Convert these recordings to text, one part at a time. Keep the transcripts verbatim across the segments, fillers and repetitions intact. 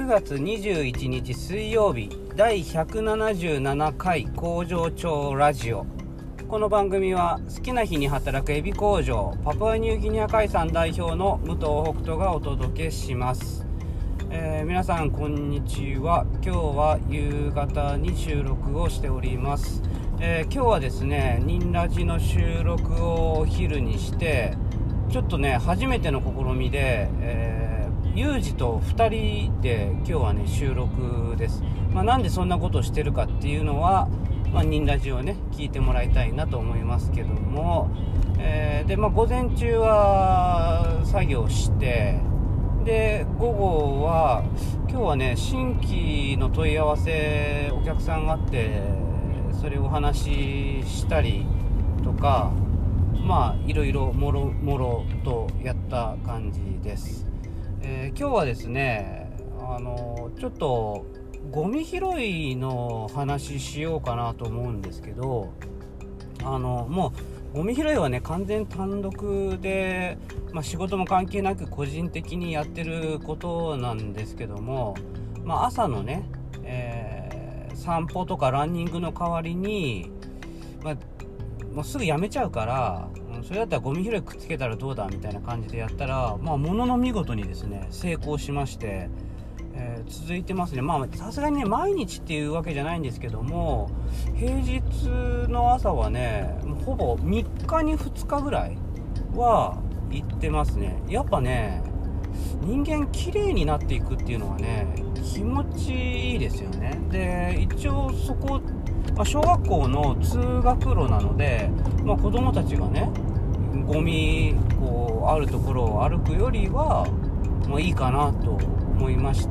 くがつにじゅういちにち水曜日だいひゃくななじゅうななかい工場長ラジオ。この番組は好きな日に働くエビ工場パプアニューギニア海産代表の武藤北斗がお届けします。えー、皆さんこんにちは。今日は夕方に収録をしております。えー、今日はですねニンラジの収録をお昼にしてちょっとね初めての試みで、えーユージとふたりで今日はね収録です。まあ、なんでそんなことをしてるかっていうのは、まあ、ニンラジをね聞いてもらいたいなと思いますけども、えー、でまあ午前中は作業して、で午後は今日はね新規の問い合わせお客さんがあってそれをお話ししたりとか、まあいろいろもろもろとやった感じです。えー、今日はですねあのちょっとゴミ拾いの話しようかなと思うんですけど、あのもうゴミ拾いはね完全単独で、まあ、仕事も関係なく個人的にやってることなんですけども、まあ、朝のね、えー、散歩とかランニングの代わりに、まあ、もうすぐやめちゃうからそれだったらゴミ拾いくっつけたらどうだみたいな感じでやったら、まあ、ものの見事にですね成功しまして、えー、続いてますね。まあさすがにね毎日っていうわけじゃないんですけども、平日の朝はねもうほぼみっかにふつかぐらいは行ってますね。やっぱね人間綺麗になっていくっていうのはね気持ちいいですよね。で一応そこ、まあ、小学校の通学路なので、まあ、子供たちがねゴミこうあるところを歩くよりは、まあ、いいかなと思いまして、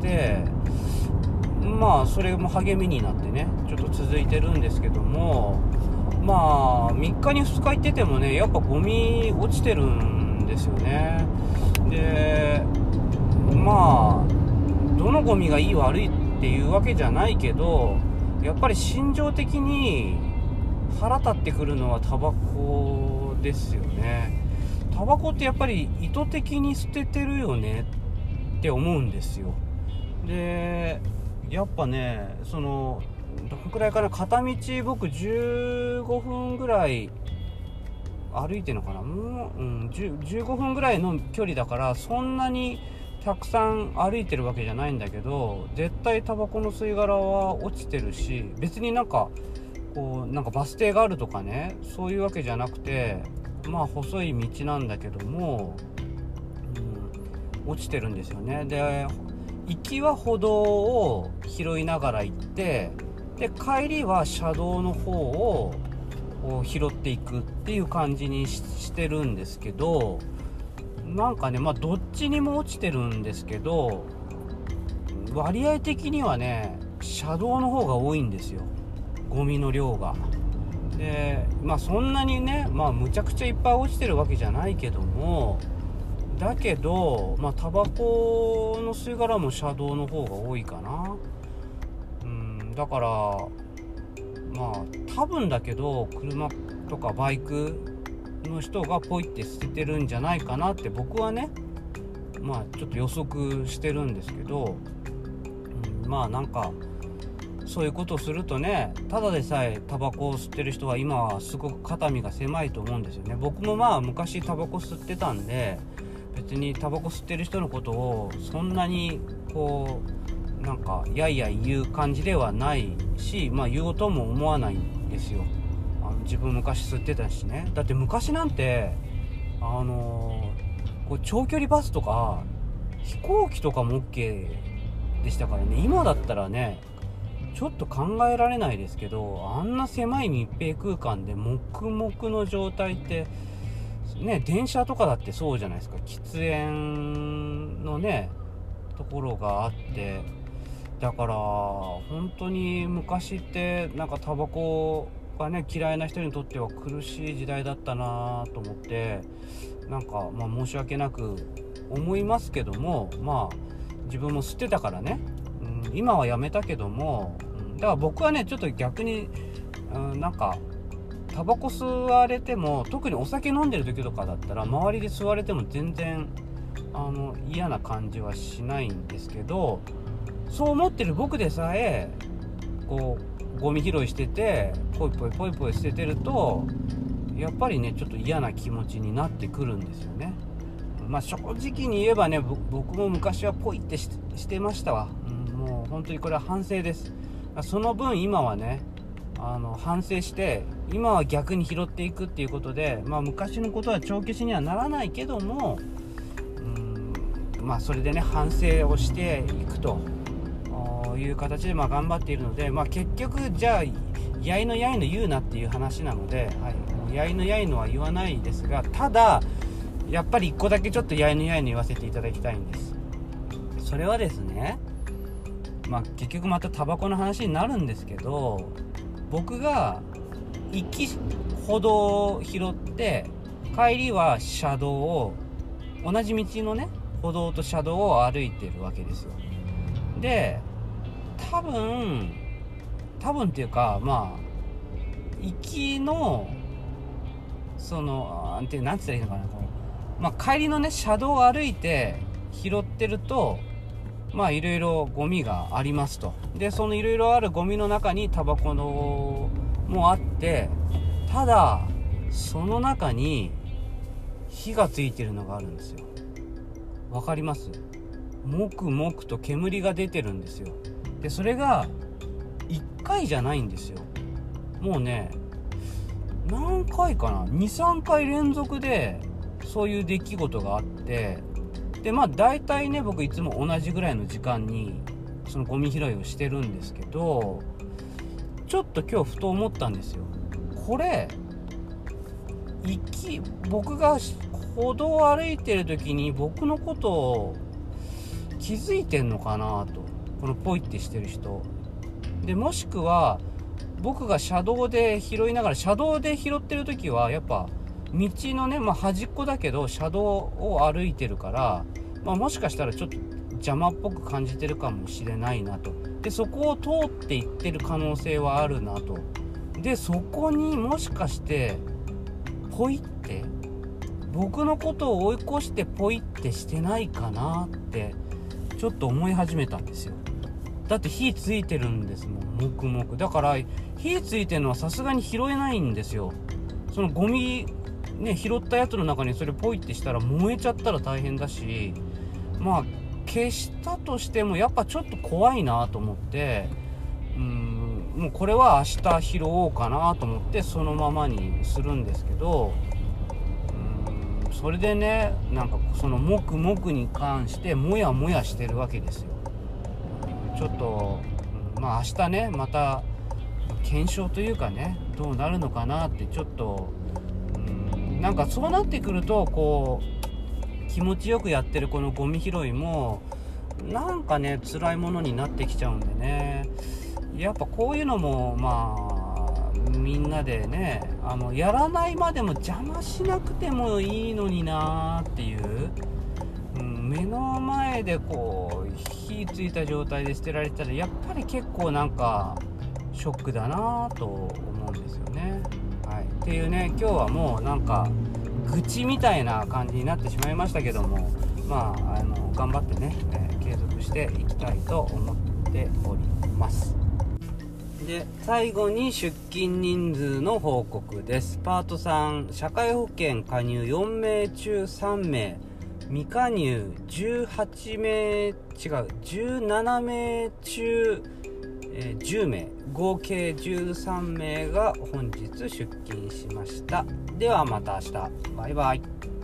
まあそれも励みになってねちょっと続いてるんですけども、まあみっかにふつか行っててもねやっぱゴミ落ちてるんですよね。でまあどのゴミがいい悪いっていうわけじゃないけど、やっぱり心情的に腹立ってくるのはタバコですよね。タバコってやっぱり意図的に捨ててるよねって思うんですよ。でやっぱねそのどのくらいかな、片道僕じゅうごふんぐらい歩いてるのかな、もう、うん、じゅうごふんぐらいの距離だからそんなにたくさん歩いてるわけじゃないんだけど、絶対タバコの吸い殻は落ちてるし、別になんかこうなんかバス停があるとかねそういうわけじゃなくて、まあ細い道なんだけども、うん、落ちてるんですよね。で行きは歩道を拾いながら行って、で帰りは車道の方を拾っていくっていう感じに し, してるんですけど、なんかねまあどっちにも落ちてるんですけど割合的にはね車道の方が多いんですよ、ゴミの量が。でまあそんなにねまあむちゃくちゃいっぱい落ちてるわけじゃないけども、だけどまあタバコの吸い殻も車道の方が多いかな。うんだからまあ多分だけど車とかバイクの人がポイって捨ててるんじゃないかなって僕はねまあちょっと予測してるんですけど、うん、まあなんかそういうことをするとね、ただでさえタバコを吸ってる人は今はすごく肩身が狭いと思うんですよね。僕もまあ昔タバコ吸ってたんで別にタバコ吸ってる人のことをそんなにこうなんかやいやい言う感じではないし、まあ言おうとも思わないんですよ。あの自分昔吸ってたしね。だって昔なんてあのー、こう長距離バスとか飛行機とかも OK でしたからね。今だったらねちょっと考えられないですけど、あんな狭い密閉空間で黙々の状態ってね、電車とかだってそうじゃないですか。喫煙のねところがあって、だから本当に昔ってなんかタバコがね嫌いな人にとっては苦しい時代だったなと思って、なんかまあ申し訳なく思いますけども、まあ自分も吸ってたからね、うん、今はやめたけども、うん、だから僕はねちょっと逆に、うん、なんかタバコ吸われても特にお酒飲んでる時とかだったら周りで吸われても全然あの嫌な感じはしないんですけど、 そう思ってる僕でさえこうゴミ拾いしててポイポイポイポイ捨ててるとやっぱりねちょっと嫌な気持ちになってくるんですよね。まあ正直に言えばね、僕も昔はポイってし、してましたわ、うん、もう本当にこれは反省です。その分今はねあの反省して今は逆に拾っていくっていうことで、まあ昔のことは帳消しにはならないけども、うんまあそれでね反省をしていくという形でまあ頑張っているので、まあ結局じゃあやいのやいの言うなっていう話なので、はい、もうやいのやいのは言わないですが、ただやっぱり一個だけちょっとやいのやいの言わせていただきたいんです。それはですね、まあ結局またタバコの話になるんですけど、僕が行き歩道を拾って帰りは車道を、同じ道のね歩道と車道を歩いてるわけですよ。で多分多分っていうか、まあ行きのそのなんてなんて言ったらいいのかな、まあ帰りのね車道を歩いて拾ってると、まあいろいろゴミがありますと。でそのいろいろあるゴミの中にタバコのもあって、ただその中に火がついてるのがあるんですよ。わかります？もくもくと煙が出てるんですよ。でそれがいっかいじゃないんですよ。もうね何回かな にさんかい連続でそういう出来事があって、でまあ大体ね僕いつも同じぐらいの時間にそのゴミ拾いをしてるんですけど、ちょっと今日ふと思ったんですよ。これ行き僕が歩道を歩いてる時に僕のことを気づいてんのかなと、このポイってしてる人で、もしくは僕が車道で拾いながら、車道で拾ってる時はやっぱ道のね、まあ、端っこだけど車道を歩いてるから、まあ、もしかしたらちょっと邪魔っぽく感じてるかもしれないなと。でそこを通っていってる可能性はあるなと。でそこにもしかしてポイって僕のことを追い越してポイってしてないかなってちょっと思い始めたんですよ。だって火ついてるんですもん、もくもく。だから火ついてるのはさすがに拾えないんですよ。そのゴミね拾ったやつの中にそれポイってしたら燃えちゃったら大変だし、まあ消したとしてもやっぱちょっと怖いなと思って、うーんもうこれは明日拾おうかなと思ってそのままにするんですけど、うーんそれでねなんかそのもくもくに関してもやもやしてるわけですよ。ちょっとまあ明日ねまた検証というかねどうなるのかなってちょっとうーんなんかそうなってくるとこう気持ちよくやってるこのゴミ拾いもなんかね辛いものになってきちゃうんでね、やっぱこういうのもまあみんなでねあのやらないまでも邪魔しなくてもいいのになっていう、うん、目の前でこう火ついた状態で捨てられたらやっぱり結構なんかショックだなと思うんですよね。はい、っていうね今日はもうなんか愚痴みたいな感じになってしまいましたけども、まああの頑張ってね、えー、継続していきたいと思っております。で最後に出勤人数の報告です。パートさん社会保険加入よんめい中さんめい、未加入じゅうはちめい、違うじゅうななめい中、えー、じゅうめい、合計じゅうさんめいが本日出勤しました。ではまた明日、バイバイ。